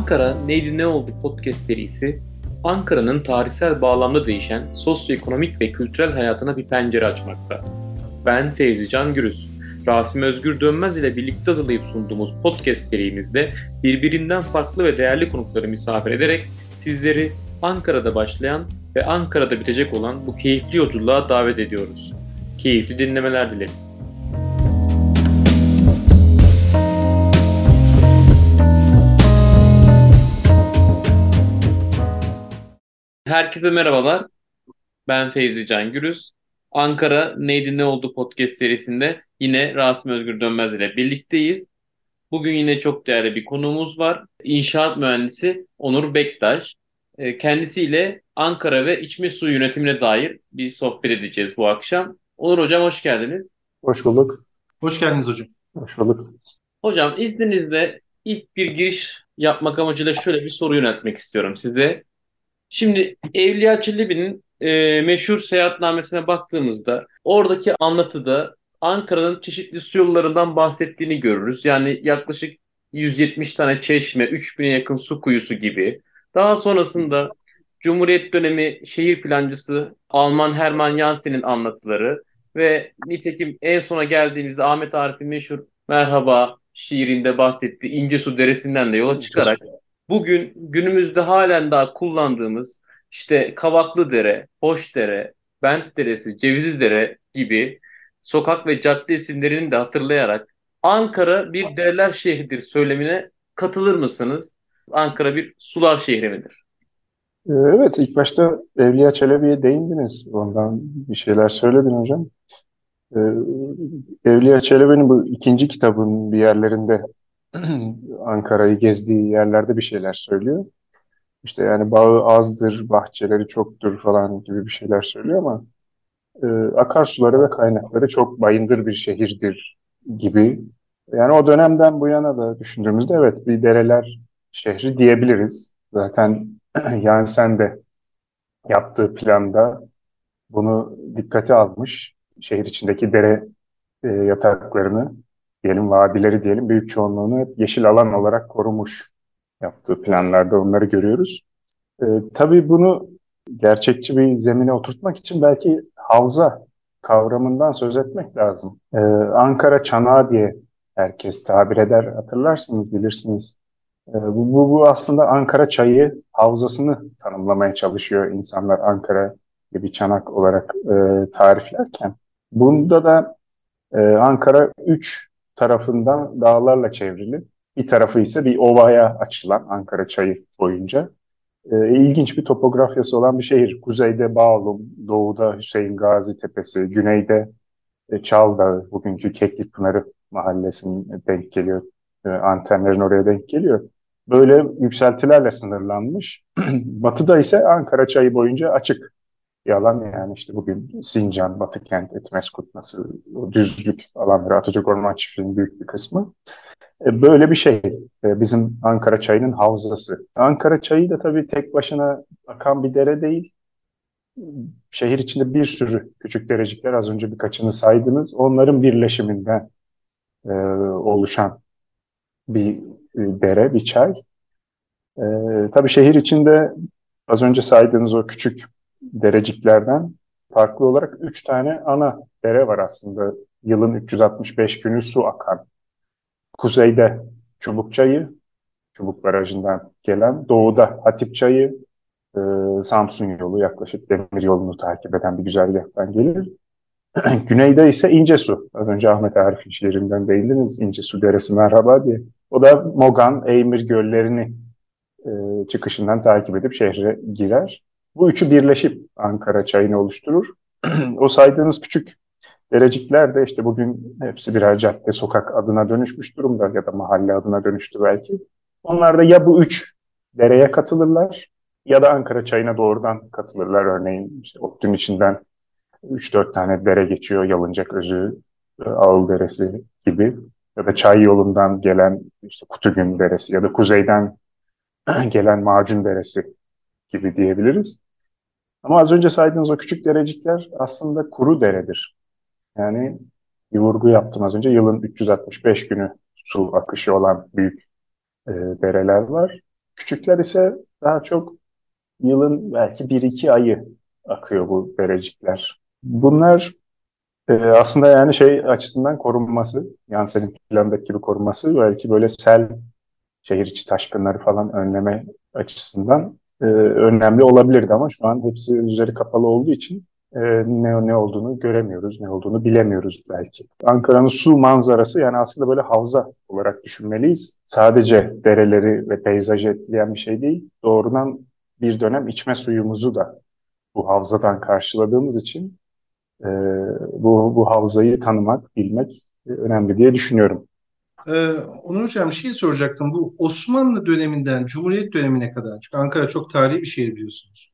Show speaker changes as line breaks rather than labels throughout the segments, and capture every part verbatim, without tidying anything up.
Ankara Neydi Ne Oldu podcast serisi, Ankara'nın tarihsel bağlamda değişen sosyoekonomik ve kültürel hayatına bir pencere açmakta. Ben Fevzi Can Gürüz. Rasim Özgür Dönmez ile birlikte hazırlayıp sunduğumuz podcast serimizde birbirinden farklı ve değerli konukları misafir ederek sizleri Ankara'da başlayan ve Ankara'da bitecek olan bu keyifli yolculuğa davet ediyoruz. Keyifli dinlemeler dileriz. Herkese merhabalar. Ben Fevzi Can Gürüz. Ankara Neydi Ne Oldu podcast serisinde yine Rasim Özgür Dönmez ile birlikteyiz. Bugün yine çok değerli bir konuğumuz var. İnşaat mühendisi Onur Bektaş. Ee, Kendisiyle Ankara ve içme suyu yönetimine dair bir sohbet edeceğiz bu akşam. Onur Hocam hoş geldiniz.
Hoş bulduk.
Hoş geldiniz hocam.
Hoş bulduk.
Hocam izninizle ilk bir giriş yapmak amacıyla şöyle bir soru yöneltmek istiyorum size. Şimdi Evliya Çelebi'nin e, meşhur seyahatnamesine baktığımızda oradaki anlatıda Ankara'nın çeşitli su yollarından bahsettiğini görürüz. Yani yaklaşık yüz yetmiş tane çeşme, üç bine yakın su kuyusu gibi. Daha sonrasında Cumhuriyet dönemi şehir plancısı Alman Hermann Janssen'in anlatıları ve nitekim en sona geldiğimizde Ahmet Arif'in meşhur Merhaba şiirinde bahsettiği İncesu Deresi'nden de yola çıkarak bugün günümüzde halen daha kullandığımız işte Kavaklıdere, Hoşdere, Bentderesi, Cevizlidere gibi sokak ve cadde isimlerini de hatırlayarak Ankara bir dereler şehridir söylemine katılır mısınız? Ankara bir sular şehri midir?
Ee, Evet, ilk başta Evliya Çelebi'ye değindiniz. Ondan bir şeyler söyledin hocam. Ee, Evliya Çelebi'nin bu ikinci kitabın bir yerlerinde Ankara'yı gezdiği yerlerde bir şeyler söylüyor. İşte yani bağı azdır, bahçeleri çoktur falan gibi bir şeyler söylüyor ama e, akarsuları ve kaynakları çok bayındır bir şehirdir gibi. Yani o dönemden bu yana da düşündüğümüzde evet bir dereler şehri diyebiliriz. Zaten yani sen de yaptığı planda bunu dikkate almış. Şehir içindeki dere e, yataklarını diyelim, vadileri diyelim, büyük çoğunluğunu hep yeşil alan olarak korumuş yaptığı planlarda onları görüyoruz. E, tabii bunu gerçekçi bir zemine oturtmak için belki havza kavramından söz etmek lazım. E, Ankara çanağı diye herkes tabir eder, hatırlarsınız, bilirsiniz. E, bu, bu, bu aslında Ankara çayı havzasını tanımlamaya çalışıyor insanlar Ankara gibi çanak olarak e, tariflerken. Bunda da e, Ankara üç tarafından dağlarla çevrili. Bir tarafı ise bir ovaya açılan Ankara çayı boyunca. E, ilginç bir topografyası olan bir şehir. Kuzeyde Bağlum, doğuda Hüseyin Gazi Tepesi, güneyde e, Çal Dağı, bugünkü Keklikpınarı mahallesinin denk geliyor. E, antenlerin oraya denk geliyor. Böyle yükseltilerle sınırlanmış. Batıda ise Ankara çayı boyunca açık bir alan, yani işte bugün Sincan, Batıkent, Etmeskut nasıl o düzlük alanları, Atatürk Orman Çiftliği'nin büyük bir kısmı. E, Böyle bir şey. E, Bizim Ankara çayının havzası. Ankara çayı da tabii tek başına akan bir dere değil. Şehir içinde bir sürü küçük derecikler, az önce birkaçını saydınız. Onların birleşiminden e, oluşan bir e, dere, bir çay. E, tabii şehir içinde az önce saydığınız o küçük dereciklerden farklı olarak üç tane ana dere var aslında. Yılın üç yüz altmış beş günü su akan. Kuzeyde Çubuk Çayı, Çubuk Barajı'ndan gelen. Doğuda Hatip Çayı, e, Samsun yolu, yaklaşık demir yolunu takip eden bir güzergahtan gelir. Güneyde ise İncesu. Az önce Ahmet Arif'in şiirinden değindiniz. İncesu Deresi Merhaba diye. O da Mogan, Eymir göllerini e, çıkışından takip edip şehre girer. Bu üçü birleşip Ankara çayını oluşturur. O saydığınız küçük derecikler de işte bugün hepsi birer cadde, sokak adına dönüşmüş durumda ya da mahalle adına dönüştü belki. Onlar da ya bu üç dereye katılırlar ya da Ankara çayına doğrudan katılırlar. Örneğin işte ODTÜ'nün içinden üç dört tane dere geçiyor. Yalıncaközü, e, Ağıl Deresi gibi. Ya da Çay yolundan gelen işte Kutugün Deresi ya da kuzeyden gelen Macun Deresi gibi diyebiliriz. Ama az önce saydığınız o küçük derecikler aslında kuru deredir. Yani bir vurgu yaptım az önce. Yılın üç yüz altmış beş günü su akışı olan büyük e, dereler var. Küçükler ise daha çok yılın belki bir iki ayı akıyor bu derecikler. Bunlar e, aslında yani şey açısından korunması, yani senin plandaki gibi korunması belki böyle sel, şehir içi taşkınları falan önleme açısından e, önemli olabilirdi ama şu an hepsi üzeri kapalı olduğu için e, ne ne olduğunu göremiyoruz, ne olduğunu bilemiyoruz belki. Ankara'nın su manzarası yani aslında böyle havza olarak düşünmeliyiz. Sadece dereleri ve peyzajı etkileyen bir şey değil, doğrudan bir dönem içme suyumuzu da bu havzadan karşıladığımız için e, bu, bu havzayı tanımak, bilmek e, önemli diye düşünüyorum.
Ee, Onur Hocam, bir şey soracaktım. Bu Osmanlı döneminden Cumhuriyet dönemine kadar, çünkü Ankara çok tarihi bir şehir biliyorsunuz.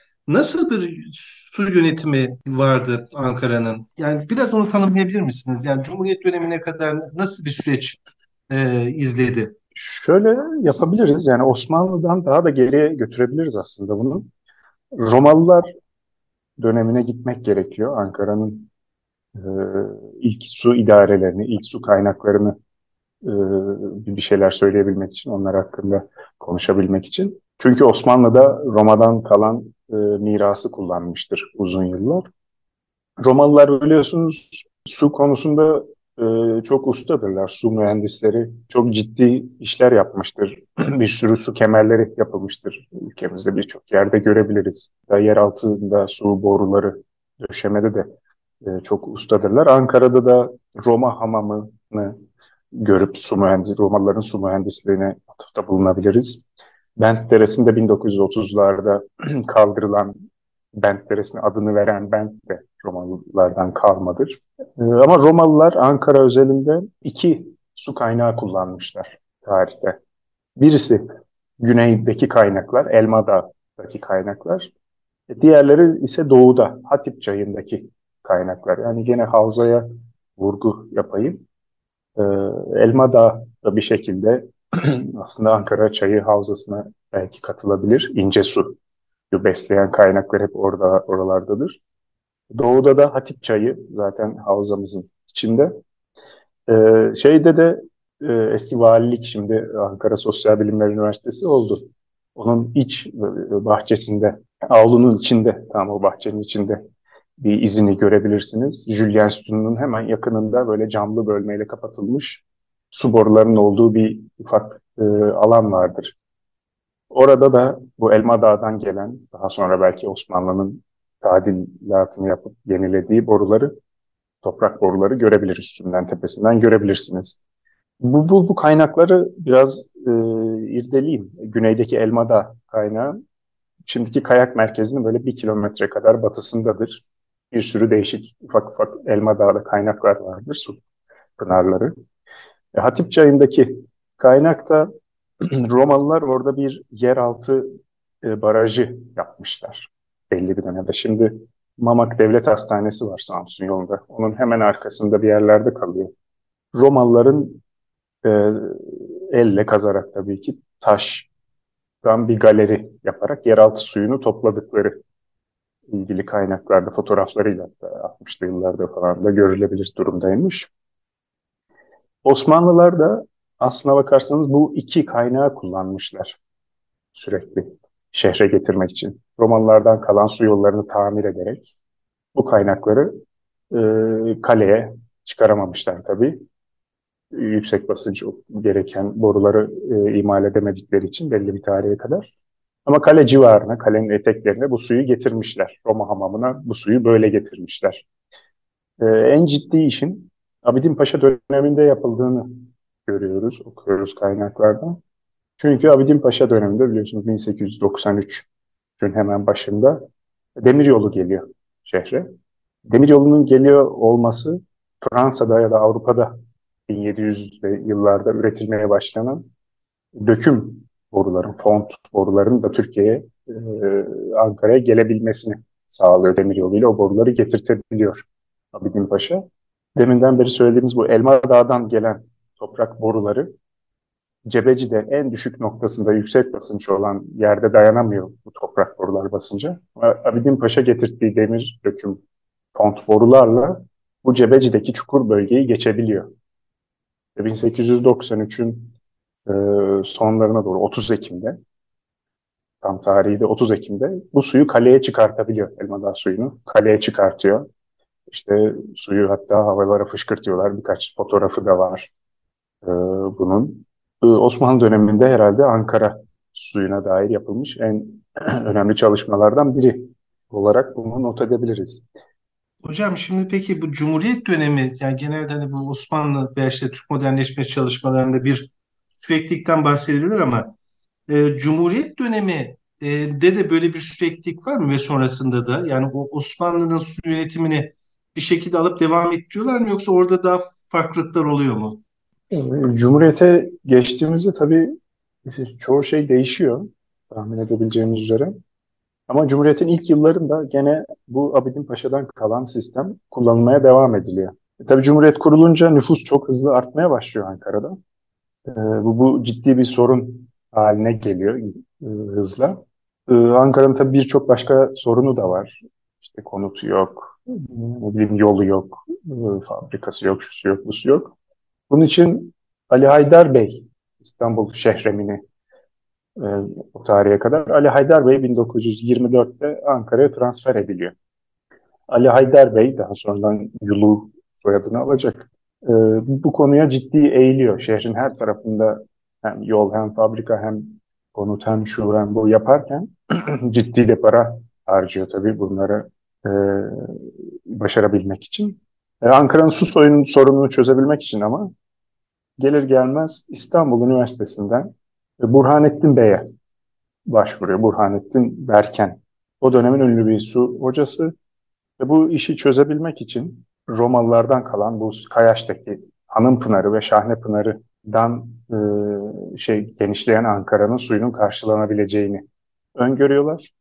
Nasıl bir su yönetimi vardı Ankara'nın? Yani biraz onu tanımlayabilir misiniz? Yani Cumhuriyet dönemine kadar nasıl bir süreç e, izledi?
Şöyle yapabiliriz yani Osmanlı'dan daha da geriye götürebiliriz aslında bunu. Romalılar dönemine gitmek gerekiyor. Ankara'nın e, ilk su idarelerini, ilk su kaynaklarını e, bir şeyler söyleyebilmek için, onlar hakkında konuşabilmek için. Çünkü Osmanlı'da Roma'dan kalan e, mirası kullanmıştır uzun yıllar. Romalılar biliyorsunuz su konusunda e, çok ustadırlar. Su mühendisleri çok ciddi işler yapmıştır. Bir sürü su kemerleri yapılmıştır. Ülkemizde birçok yerde görebiliriz. Da yer altında su boruları döşemede de e, çok ustadırlar. Ankara'da da Roma hamamını görüp su mühendisi, Romalıların su mühendisliğine atıfta bulunabiliriz. Bent Deresi'nde bin dokuz yüz otuzlarda kaldırılan Bent Deresi'ne adını veren Bent de Romalılardan kalmadır. Ee, ama Romalılar Ankara özelinde iki su kaynağı kullanmışlar tarihte. Birisi güneydeki kaynaklar, Elma Dağı'ndaki kaynaklar. Diğerleri ise doğuda, Hatip Çayı'ndaki kaynaklar. Yani gene havzaya vurgu yapayım. Ee, Elma Dağı bir şekilde aslında Ankara Çayı Havzası'na belki katılabilir. İnce su besleyen kaynaklar hep orada oralardadır. Doğuda da Hatip Çayı zaten havzamızın içinde. Ee, şeyde de e, eski valilik şimdi Ankara Sosyal Bilimler Üniversitesi oldu. Onun iç e, bahçesinde, avlunun içinde, tam o bahçenin içinde bir izini görebilirsiniz. Julian Sütunu'nun hemen yakınında böyle camlı bölmeyle kapatılmış su borularının olduğu bir ufak e, alan vardır. Orada da bu Elma Dağı'dan gelen, daha sonra belki Osmanlı'nın tadilatını yapıp yenilediği boruları, toprak boruları görebilir, üstünden, tepesinden görebilirsiniz. Bu, bu, bu kaynakları biraz e, irdeleyeyim. Güneydeki Elma Dağı kaynağı, şimdiki kayak merkezinin böyle bir kilometre kadar batısındadır. Bir sürü değişik ufak ufak Elma Dağı'da kaynaklar vardır, su pınarları. E, Hatip Çayı'ndaki kaynakta Romalılar orada bir yeraltı e, barajı yapmışlar belli bir dönemde. Şimdi Mamak Devlet Hastanesi var Samsun yolunda. Onun hemen arkasında bir yerlerde kalıyor. Romalıların e, elle kazarak tabii ki taştan bir galeri yaparak yeraltı suyunu topladıkları ilgili kaynaklarda fotoğraflarıyla da altmışlı yıllarda falan da görülebilir durumdaymış. Osmanlılar da aslına bakarsanız bu iki kaynağı kullanmışlar sürekli şehre getirmek için. Romalılardan kalan su yollarını tamir ederek bu kaynakları e, kaleye çıkaramamışlar tabii. Yüksek basınç gereken boruları e, imal edemedikleri için belli bir tarihe kadar. Ama kale civarına, kalenin eteklerine bu suyu getirmişler. Roma hamamına bu suyu böyle getirmişler. E, en ciddi işin Abidin Paşa döneminde yapıldığını görüyoruz, okuyoruz kaynaklarda. Çünkü Abidin Paşa döneminde biliyorsunuz bin sekiz yüz doksan üçün hemen başında demiryolu geliyor şehre. Demiryolunun geliyor olması Fransa'da ya da Avrupa'da bin yedi yüzlü yıllarda üretilmeye başlanan döküm boruların, font boruların da Türkiye'ye, e, Ankara'ya gelebilmesini sağlıyor demiryoluyla. O boruları getirtebiliyor Abidin Paşa. Deminden beri söylediğimiz bu Elma Dağı'dan gelen toprak boruları Cebeci'de en düşük noktasında yüksek basınç olan yerde dayanamıyor bu toprak borular basınca. Abidin Paşa getirdiği demir döküm font borularla bu Cebeci'deki çukur bölgeyi geçebiliyor. bin sekiz yüz doksan üçün e, sonlarına doğru otuz Ekim'de tam tarihi de otuz Ekim'de bu suyu kaleye çıkartabiliyor. Elmadağ suyunu kaleye çıkartıyor. İşte suyu hatta havalara fışkırtıyorlar. Birkaç fotoğrafı da var e, bunun. E, Osmanlı döneminde herhalde Ankara suyuna dair yapılmış en önemli çalışmalardan biri olarak bunu not edebiliriz.
Hocam şimdi peki bu Cumhuriyet dönemi yani genelde hani bu Osmanlı veya işte Türk modernleşme çalışmalarında bir süreklilikten bahsedilir ama e, Cumhuriyet dönemi e, de de böyle bir süreklilik var mı ve sonrasında da yani o Osmanlı'nın su yönetimini bir şekilde alıp devam ettiriyorlar mı yoksa orada daha farklılıklar oluyor mu?
E, Cumhuriyete geçtiğimizde tabii çoğu şey değişiyor tahmin edebileceğimiz üzere. Ama Cumhuriyet'in ilk yıllarında gene bu Abidin Paşa'dan kalan sistem kullanılmaya devam ediliyor. E, tabii Cumhuriyet kurulunca nüfus çok hızlı artmaya başlıyor Ankara'da. E, bu, bu ciddi bir sorun haline geliyor e, hızla. E, Ankara'nın tabii birçok başka sorunu da var. İşte konutu yok, ne bileyim yolu yok, e, fabrikası yok, şusu yok, busu yok. Bunun için Ali Haydar Bey İstanbul Şehremini e, o tarihe kadar Ali Haydar Bey bin dokuz yüz yirmi dörtte Ankara'ya transfer ediliyor. Ali Haydar Bey daha sonradan Yulu soyadını alacak. E, bu konuya ciddi eğiliyor. Şehrin her tarafında hem yol hem fabrika hem konut hem şu hem bu yaparken ciddi de para harcıyor tabii bunları e, başarabilmek için. E, Ankara'nın su soyunun sorununu çözebilmek için ama gelir gelmez İstanbul Üniversitesi'nden e, Burhanettin Bey'e başvuruyor. Burhanettin Berken. O dönemin ünlü bir su hocası ve bu işi çözebilmek için Romalılardan kalan bu Kayaş'taki Hanımpınarı ve Şahnepınarı'dan e, şey genişleyen Ankara'nın suyunun karşılanabileceğini öngörüyorlar.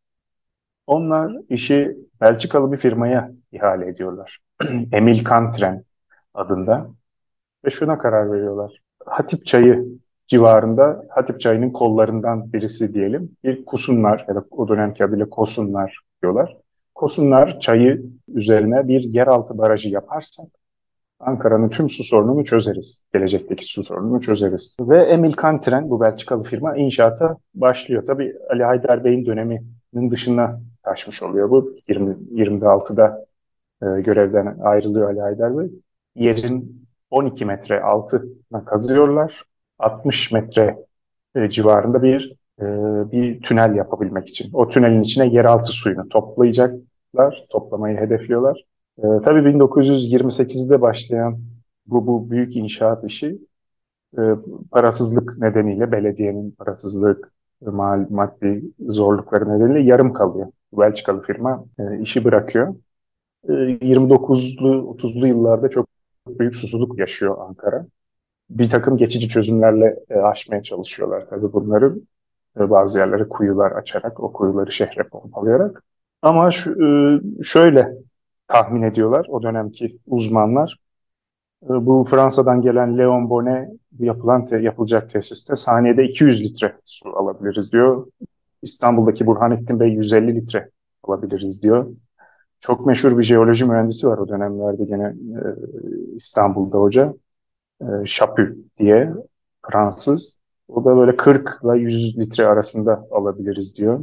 Onlar işi Belçikalı bir firmaya ihale ediyorlar. Emil Kantren adında ve şuna karar veriyorlar. Hatip Çayı civarında, Hatip Çayı'nın kollarından birisi diyelim. Bir Kusunlar ya da o dönemki adıyla Kosunlar diyorlar. Kosunlar Çayı üzerine bir yeraltı barajı yaparsak Ankara'nın tüm su sorununu çözeriz. Gelecekteki su sorununu çözeriz. Ve Emil Kantren, bu Belçikalı firma inşaata başlıyor. Tabii Ali Haydar Bey'in döneminin dışına taşmış oluyor bu. yirmi, yirmi altıda e, görevden ayrılıyor Ali Haydar Bey. Yerin on iki metre altına kazıyorlar. altmış metre e, civarında bir e, bir tünel yapabilmek için. O tünelin içine yeraltı suyunu toplayacaklar, toplamayı hedefliyorlar. E, tabii bin dokuz yüz yirmi sekizde başlayan bu, bu büyük inşaat işi e, parasızlık nedeniyle, belediyenin parasızlık, e, mal, maddi zorlukları nedeniyle yarım kalıyor. Belçikalı firma e, işi bırakıyor. E, yirmi dokuzlu, otuzlu yıllarda çok büyük susuzluk yaşıyor Ankara. Bir takım geçici çözümlerle e, aşmaya çalışıyorlar. Tabii bunları e, bazı yerlere kuyular açarak, o kuyuları şehre pompalayarak. Ama şu, e, şöyle tahmin ediyorlar o dönemki uzmanlar. E, bu Fransa'dan gelen Leon Bonnet yapılan te- yapılacak tesiste saniyede iki yüz litre su alabiliriz diyor. İstanbul'daki Burhanettin Bey yüz elli litre alabiliriz diyor. Çok meşhur bir jeoloji mühendisi var o dönemlerde gene e, İstanbul'da hoca. E, Chaput diye Fransız. O da böyle kırk ile yüz litre arasında alabiliriz diyor.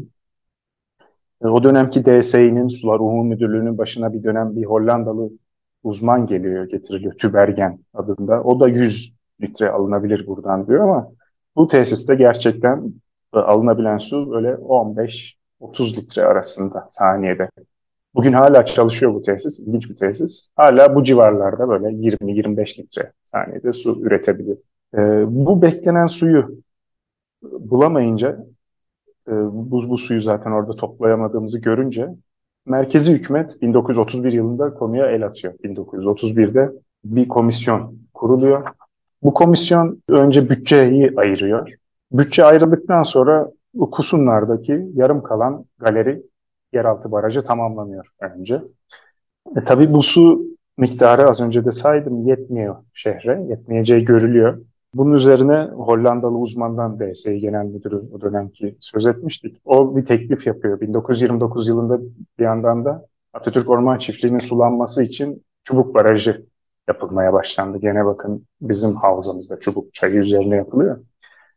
E, o dönemki D S İ'nin Sular Umum Müdürlüğü'nün başına bir dönem bir Hollandalı uzman geliyor, getiriliyor. Tübergen adında. O da yüz litre alınabilir buradan diyor ama bu tesiste gerçekten e, alınabilen su böyle on beş otuz litre arasında saniyede. Bugün hala çalışıyor bu tesis. İlginç bir tesis. Hala bu civarlarda böyle yirmi yirmi beş litre saniyede su üretebiliyor. Ee, bu beklenen suyu bulamayınca, e, bu, bu suyu zaten orada toplayamadığımızı görünce merkezi hükümet bin dokuz yüz otuz bir yılında konuya el atıyor. bin dokuz yüz otuz birde bir komisyon kuruluyor. Bu komisyon önce bütçeyi ayırıyor. Bütçe ayrıldıktan sonra bu Kusunlar'daki yarım kalan galeri yeraltı barajı tamamlanıyor önce. E, tabii bu su miktarı az önce de saydım yetmiyor şehre, yetmeyeceği görülüyor. Bunun üzerine Hollandalı uzmandan D S İ Genel Müdürü o dönemki söz etmiştik. O bir teklif yapıyor. bin dokuz yüz yirmi dokuz yılında bir yandan da Atatürk Orman Çiftliği'nin sulanması için Çubuk Barajı yapılmaya başlandı. Gene bakın bizim havzamızda Çubuk Çayı üzerine yapılıyor.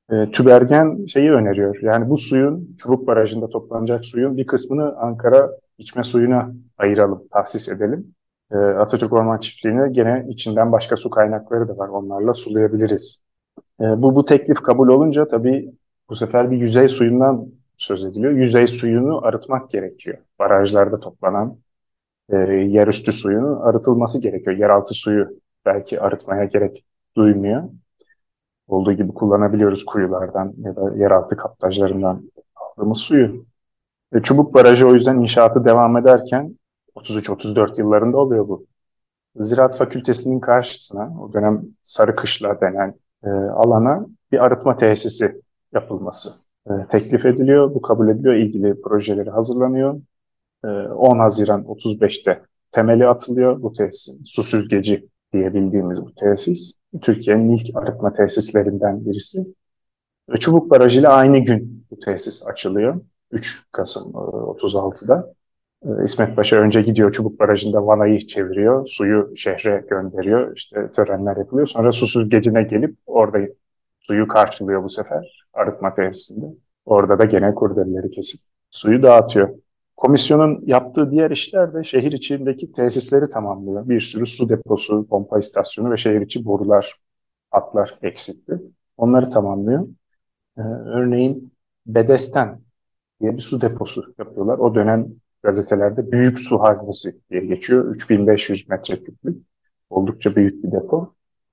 E, Tübergen şeyi öneriyor. Yani bu suyun, Çubuk Barajı'nda toplanacak suyun bir kısmını Ankara içme suyuna ayıralım, tahsis edelim. E, Atatürk Orman Çiftliği'ne gene içinden başka su kaynakları da var. Onlarla sulayabiliriz. E, bu, bu teklif kabul olunca tabii bu sefer bir yüzey suyundan söz ediliyor. Yüzey suyunu arıtmak gerekiyor. Barajlarda toplanan e, yerüstü suyunu arıtılması gerekiyor. Yeraltı suyu belki arıtmaya gerek duymuyor. Olduğu gibi kullanabiliyoruz kuyulardan ya da yeraltı kaptajlarından aldığımız suyu. E, Çubuk Barajı o yüzden inşaatı devam ederken otuz üç otuz dört yıllarında oluyor bu. Ziraat Fakültesi'nin karşısına o dönem Sarıkışla denen e, alana bir arıtma tesisi yapılması e, teklif ediliyor. Bu kabul ediliyor. İlgili projeleri hazırlanıyor. E, on Haziran otuz beşte temeli atılıyor bu tesisin. Su süzgeci diye bildiğimiz bu tesis. Türkiye'nin ilk arıtma tesislerinden birisi. Ve Çubuk Barajı ile aynı gün bu tesis açılıyor. üç Kasım e, otuz altıda. E, İsmet Paşa önce gidiyor Çubuk Barajı'nda vanayı çeviriyor. Suyu şehre gönderiyor. İşte törenler yapılıyor. Sonra su süzgecine gelip orada suyu karşılıyor bu sefer arıtma tesisinde. Orada da gene kurdeleleri kesip suyu dağıtıyor. Komisyonun yaptığı diğer işler de şehir içindeki tesisleri tamamlıyor. Bir sürü su deposu, pompa istasyonu ve şehir içi borular, hatlar eksikti. Onları tamamlıyor. Ee, örneğin Bedesten diye bir su deposu yapıyorlar. O dönem gazetelerde büyük su haznesi diye geçiyor. üç bin beş yüz metreküplük. Oldukça büyük bir depo.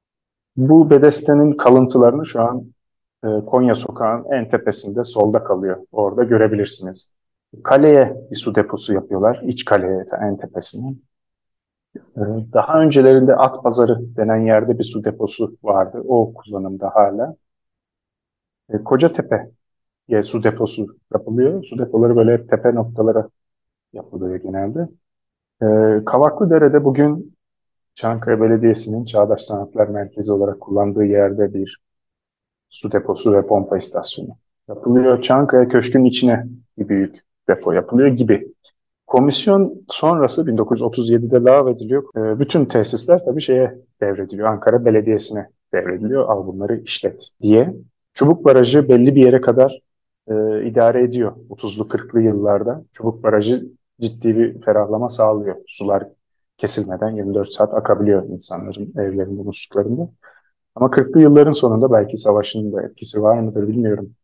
Bu Bedesten'in kalıntılarını şu an e, Konya Sokağı'nın en tepesinde solda kalıyor. Orada görebilirsiniz. Kaleye bir su deposu yapıyorlar. İç kaleye en tepesine. E, Daha öncelerinde At Pazarı denen yerde bir su deposu vardı. O kullanımda hala. E, Kocatepe'ye su deposu yapılıyor. Su depoları böyle hep tepe noktalara yapılıyor genelde. E, Kavaklıdere'de bugün Çankaya Belediyesi'nin Çağdaş Sanatlar Merkezi olarak kullandığı yerde bir su deposu ve pompa istasyonu yapılıyor. Çankaya Köşkü'nün içine bir büyük depo yapılıyor gibi. Komisyon sonrası bin dokuz yüz otuz yedide lağvediliyor. E, bütün tesisler tabii şeye devrediliyor. Ankara Belediyesi'ne devrediliyor. Al bunları işlet diye. Çubuk Barajı belli bir yere kadar e, idare ediyor. otuzlu kırklı yıllarda. Çubuk Barajı ciddi bir ferahlama sağlıyor. Sular kesilmeden yirmi dört saat akabiliyor insanların evlerinde, musluklarında. Ama kırklı yılların sonunda belki savaşın da etkisi var mıdır bilmiyorum.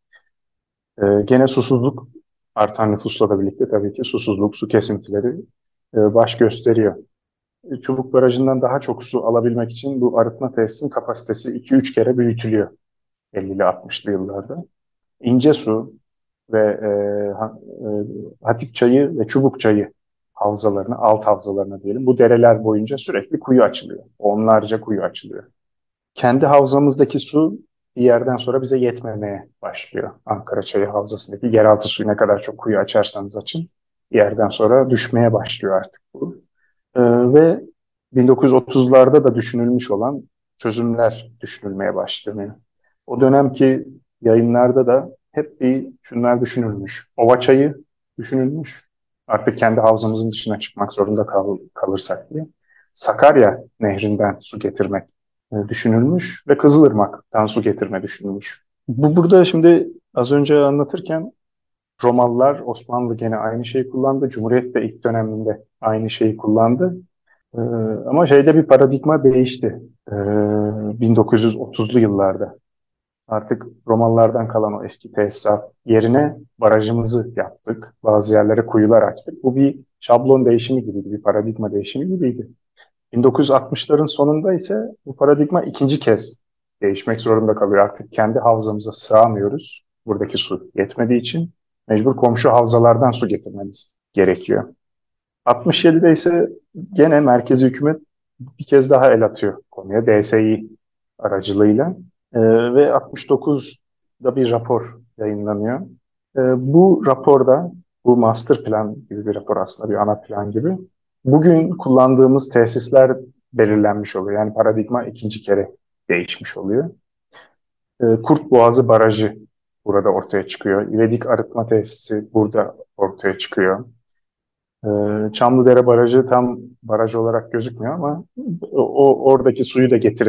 Ee, gene susuzluk artan nüfusla da birlikte tabii ki susuzluk, su kesintileri e, baş gösteriyor. E, Çubuk Barajı'ndan daha çok su alabilmek için bu arıtma tesisinin kapasitesi iki üç kere büyütülüyor ellili altmışlı yıllarda. İncesu ve e, ha- e, Hatip Çayı ve Çubuk Çayı havzalarına, alt havzalarına diyelim. Bu dereler boyunca sürekli kuyu açılıyor. Onlarca kuyu açılıyor. Kendi havzamızdaki su bir yerden sonra bize yetmemeye başlıyor. Ankara Çayı Havzası'ndaki yeraltı suyu ne kadar çok kuyu açarsanız açın, bir yerden sonra düşmeye başlıyor artık bu. Ee, ve bin dokuz yüz otuzlarda da düşünülmüş olan çözümler düşünülmeye başlanıyor. O dönemki yayınlarda da hep bir şunlar düşünülmüş. Ova çayı düşünülmüş. Artık kendi havzamızın dışına çıkmak zorunda kal kalırsak diye. Sakarya Nehri'nden su getirmek e, düşünülmüş ve Kızılırmak'tan su getirme düşünülmüş. Bu burada şimdi az önce anlatırken Romalılar, Osmanlı gene aynı şeyi kullandı. Cumhuriyet de ilk döneminde aynı şeyi kullandı. Ee, ama şeyde bir paradigma değişti. Ee, bin dokuz yüz otuzlu yıllarda. Artık Romalılardan kalan o eski tesisat yerine barajımızı yaptık. Bazı yerlere kuyular açtık. Bu bir şablon değişimi gibiydi, bir paradigma değişimi gibiydi. bin dokuz yüz altmışların sonunda ise bu paradigma ikinci kez değişmek zorunda kalıyor. Artık kendi havzamıza sığamıyoruz. Buradaki su yetmediği için mecbur komşu havzalardan su getirmemiz gerekiyor. altmış yedide ise gene merkezi hükümet bir kez daha el atıyor konuya D S İ aracılığıyla. Ee, ve altmış dokuzda bir rapor yayınlanıyor. Ee, bu raporda, bu master plan gibi bir rapor aslında, bir ana plan gibi, bugün kullandığımız tesisler belirlenmiş oluyor. Yani paradigma ikinci kere değişmiş oluyor. Ee, Kurt Boğazı Barajı burada ortaya çıkıyor. İvedik Arıtma Tesisi burada ortaya çıkıyor. Ee, Çamlıdere Barajı tam baraj olarak gözükmüyor ama o, oradaki suyu da getirelim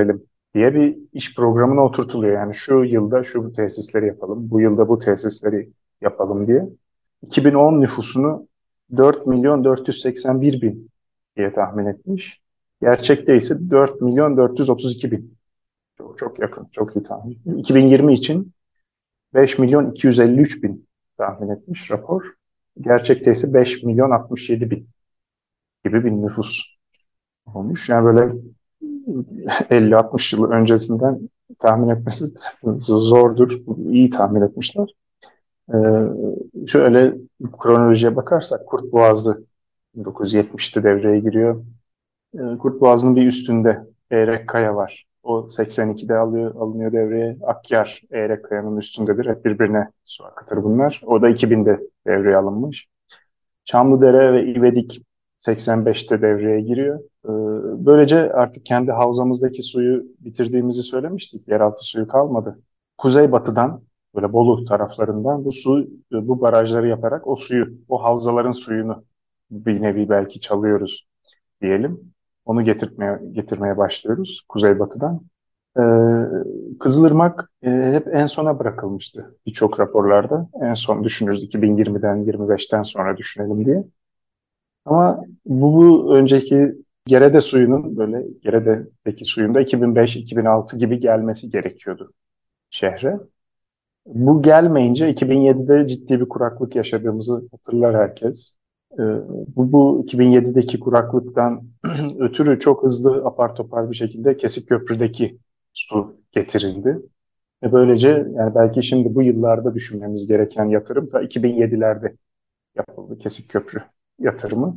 diye bir iş programına oturtuluyor. Yani şu yılda şu tesisleri yapalım, bu yılda bu tesisleri yapalım diye. iki bin on nüfusunu dört milyon dört yüz seksen bir bin diye tahmin etmiş. Gerçekte ise dört milyon dört yüz otuz iki bin. Çok, çok yakın, çok iyi tahmin. iki bin yirmi için beş milyon iki yüz elli üç bin tahmin etmiş rapor. Gerçekte ise beş milyon altmış yedi bin gibi bir nüfus olmuş. Yani böyle elli altmış yıl öncesinden tahmin etmesi zordur. İyi tahmin etmişler. Ee, şöyle kronolojiye bakarsak Kurt Boğazı bin dokuz yüz yetmişte devreye giriyor. Ee, Kurt Boğazı'nın bir üstünde Eyrek Kaya var. O seksen ikide alıyor, alınıyor devreye. Akyar Eyrek Kaya'nın üstündedir. Hep birbirine su akıtır bunlar. O da iki binde devreye alınmış. Çamlıdere ve İvedik seksen beşte devreye giriyor. Ee, böylece artık kendi havzamızdaki suyu bitirdiğimizi söylemiştik. Yeraltı suyu kalmadı. Kuzeybatıdan, böyle Bolu taraflarından bu su, bu barajları yaparak o suyu, o havzaların suyunu bir nevi belki çalıyoruz diyelim. Onu getirtmeye, getirmeye başlıyoruz kuzeybatıdan. Ee, Kızılırmak e, hep en sona bırakılmıştı birçok raporlarda. En son düşünürüz iki bin yirmiden yirmi beşten sonra düşünelim diye. Ama bu, bu önceki Gerede suyunun böyle Gerede'deki suyun da iki bin beş iki bin altı gibi gelmesi gerekiyordu şehre. Bu gelmeyince iki bin yedide ciddi bir kuraklık yaşadığımızı hatırlar herkes. Ee, bu, bu iki bin yedideki kuraklıktan ötürü çok hızlı apar topar bir şekilde Kesikköprü'deki su getirildi. Ve böylece yani belki şimdi bu yıllarda düşünmemiz gereken yatırım da iki bin yedilerde yapıldı Kesikköprü yatırımı.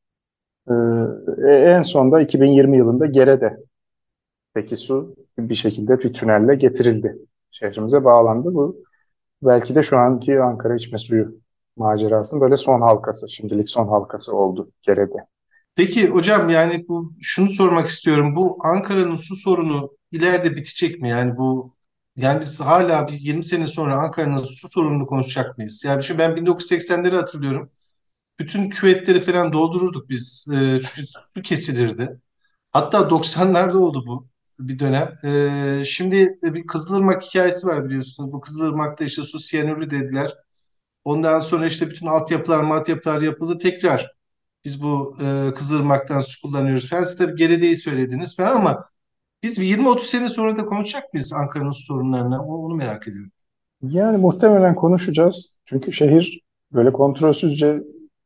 Ee, en sonda iki bin yirmi yılında Gerede'deki su bir şekilde bir tünelle getirildi. Şehrimize bağlandı. Bu belki de şu anki Ankara içme suyu macerasının böyle son halkası, şimdilik son halkası oldu Gerede.
Peki hocam, yani bu şunu sormak istiyorum. Bu Ankara'nın su sorunu ileride bitecek mi? Yani bu, yani biz hala bir yirmi sene sonra Ankara'nın su sorununu konuşacak mıyız? Yani şimdi ben bin dokuz yüz seksenleri hatırlıyorum. Bütün küvetleri falan doldururduk biz. Ee, çünkü su kesilirdi. Hatta doksanlarda oldu bu bir dönem. Ee, şimdi bir Kızılırmak hikayesi var, biliyorsunuz. Bu Kızılırmak'ta işte su siyanürlü dediler. Ondan sonra işte bütün altyapılar, maltyapılar yapıldı. Tekrar biz bu e, Kızılırmak'tan su kullanıyoruz falan. Siz tabii Geride'yi söylediniz falan, ama biz bir yirmi otuz sene sonra da konuşacak mıyız Ankara'nın su sorunlarını? O- Onu merak ediyorum.
Yani muhtemelen konuşacağız. Çünkü şehir böyle kontrolsüzce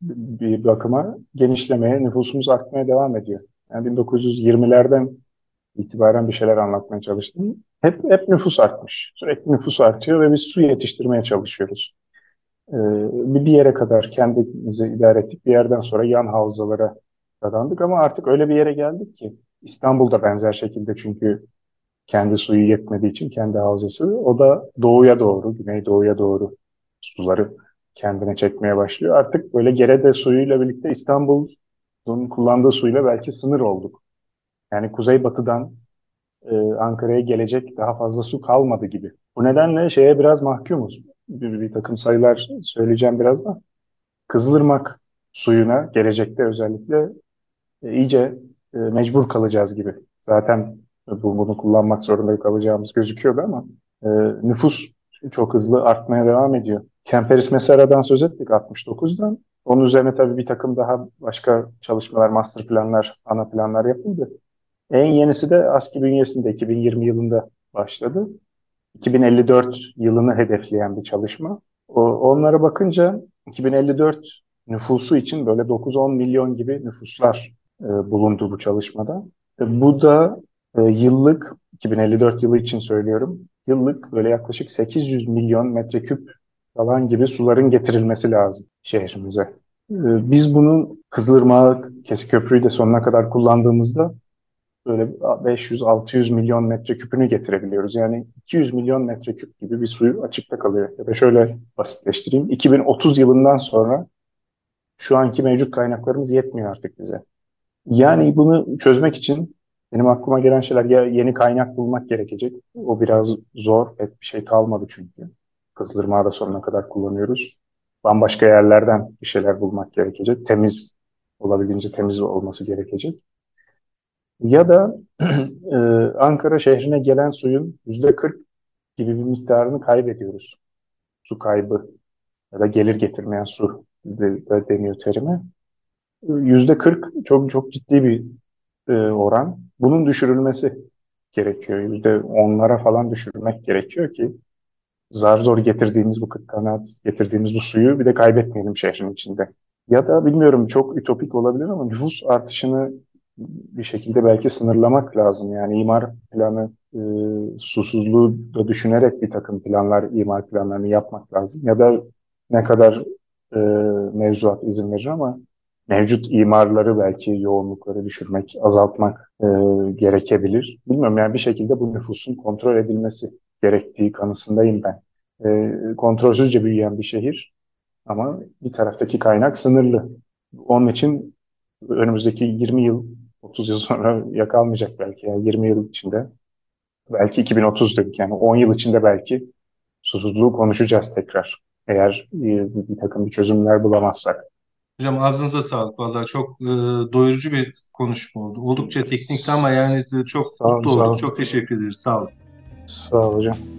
bir bakıma genişlemeye, nüfusumuz artmaya devam ediyor. Yani bin dokuz yüz yirmilerden itibaren bir şeyler anlatmaya çalıştım. Hep, hep nüfus artmış. Sürekli nüfus artıyor ve biz su yetiştirmeye çalışıyoruz. Ee, bir bir yere kadar kendimizi idare ettik. Bir yerden sonra yan havzalara dadandık ama artık öyle bir yere geldik ki İstanbul'da benzer şekilde, çünkü kendi suyu yetmediği için kendi havzası, o da doğuya doğru, güneydoğuya doğru suları kendine çekmeye başlıyor. Artık böyle Gerede suyuyla birlikte İstanbul'un kullandığı suyla belki sınır olduk. Yani kuzeybatıdan e, Ankara'ya gelecek daha fazla su kalmadı gibi. Bu nedenle şeye biraz mahkumuz. Bir, bir takım sayılar söyleyeceğim birazdan. Kızılırmak suyuna gelecekte özellikle e, iyice e, mecbur kalacağız gibi. Zaten bu, bunu kullanmak zorunda kalacağımız gözüküyordu ama e, nüfus çok hızlı artmaya devam ediyor. Kemperis Mesera'dan söz ettik altmış dokuzdan. Onun üzerine tabii bir takım daha başka çalışmalar, master planlar, ana planlar yapıldı. En yenisi de ASKİ bünyesinde iki bin yirmi yılında başladı. iki bin elli dört yılını hedefleyen bir çalışma. O, onlara bakınca iki bin elli dört nüfusu için böyle dokuz on milyon gibi nüfuslar e, bulundu bu çalışmada. E, bu da e, yıllık, iki bin elli dört yılı için söylüyorum, yıllık böyle yaklaşık sekiz yüz milyon metreküp falan gibi suların getirilmesi lazım şehrimize. E, biz bunu Kızılırmak, Kesikköprü'yü de sonuna kadar kullandığımızda böyle beş yüz altı yüz milyon metreküpünü getirebiliyoruz. Yani iki yüz milyon metreküp gibi bir suyu açıkta kalıyor. Ya da şöyle basitleştireyim. iki bin otuz yılından sonra şu anki mevcut kaynaklarımız yetmiyor artık bize. Yani bunu çözmek için benim aklıma gelen şeyler, ya yeni kaynak bulmak gerekecek. O biraz zor. Pek bir şey kalmadı çünkü. Kızılırmağı da sonuna kadar kullanıyoruz. Bambaşka yerlerden bir şeyler bulmak gerekecek. Temiz, olabildiğince temiz olması gerekecek. Ya da e, Ankara şehrine gelen suyun yüzde kırk gibi bir miktarını kaybediyoruz. Su kaybı ya da gelir getirmeyen su de, de deniyor terime. Yüzde kırk çok çok ciddi bir e, oran. Bunun düşürülmesi gerekiyor. Yüzde onlara falan düşürmek gerekiyor ki zar zor getirdiğimiz bu kıt kanaat getirdiğimiz bu suyu bir de kaybetmeyelim şehrin içinde. Ya da bilmiyorum, çok ütopik olabilir ama nüfus artışını bir şekilde belki sınırlamak lazım. Yani imar planı, e, susuzluğu da düşünerek bir takım planlar, imar planlarını yapmak lazım. Ya da ne kadar e, mevzuat izin verir ama mevcut imarları belki yoğunlukları düşürmek, azaltmak e, gerekebilir. Bilmiyorum, yani bir şekilde bu nüfusun kontrol edilmesi gerektiği kanısındayım ben. E, kontrolsüzce büyüyen bir şehir ama bir taraftaki kaynak sınırlı. Onun için önümüzdeki yirmi yıl, otuz yıl sonra yakalmayacak belki. Yani yirmi yıl içinde, belki iki bin otuz dedik, yani on yıl içinde belki susuzluğu konuşacağız tekrar. Eğer e, bir, bir takım bir çözümler bulamazsak.
Hocam ağzınıza sağlık. Vallahi çok e, doyurucu bir konuşma oldu. Oldukça teknikti ama yani de çok
Sağ ol,
mutlu
sağ
olduk.
ol.
Çok teşekkür ederiz. Sağ olun.
Sağ ol hocam.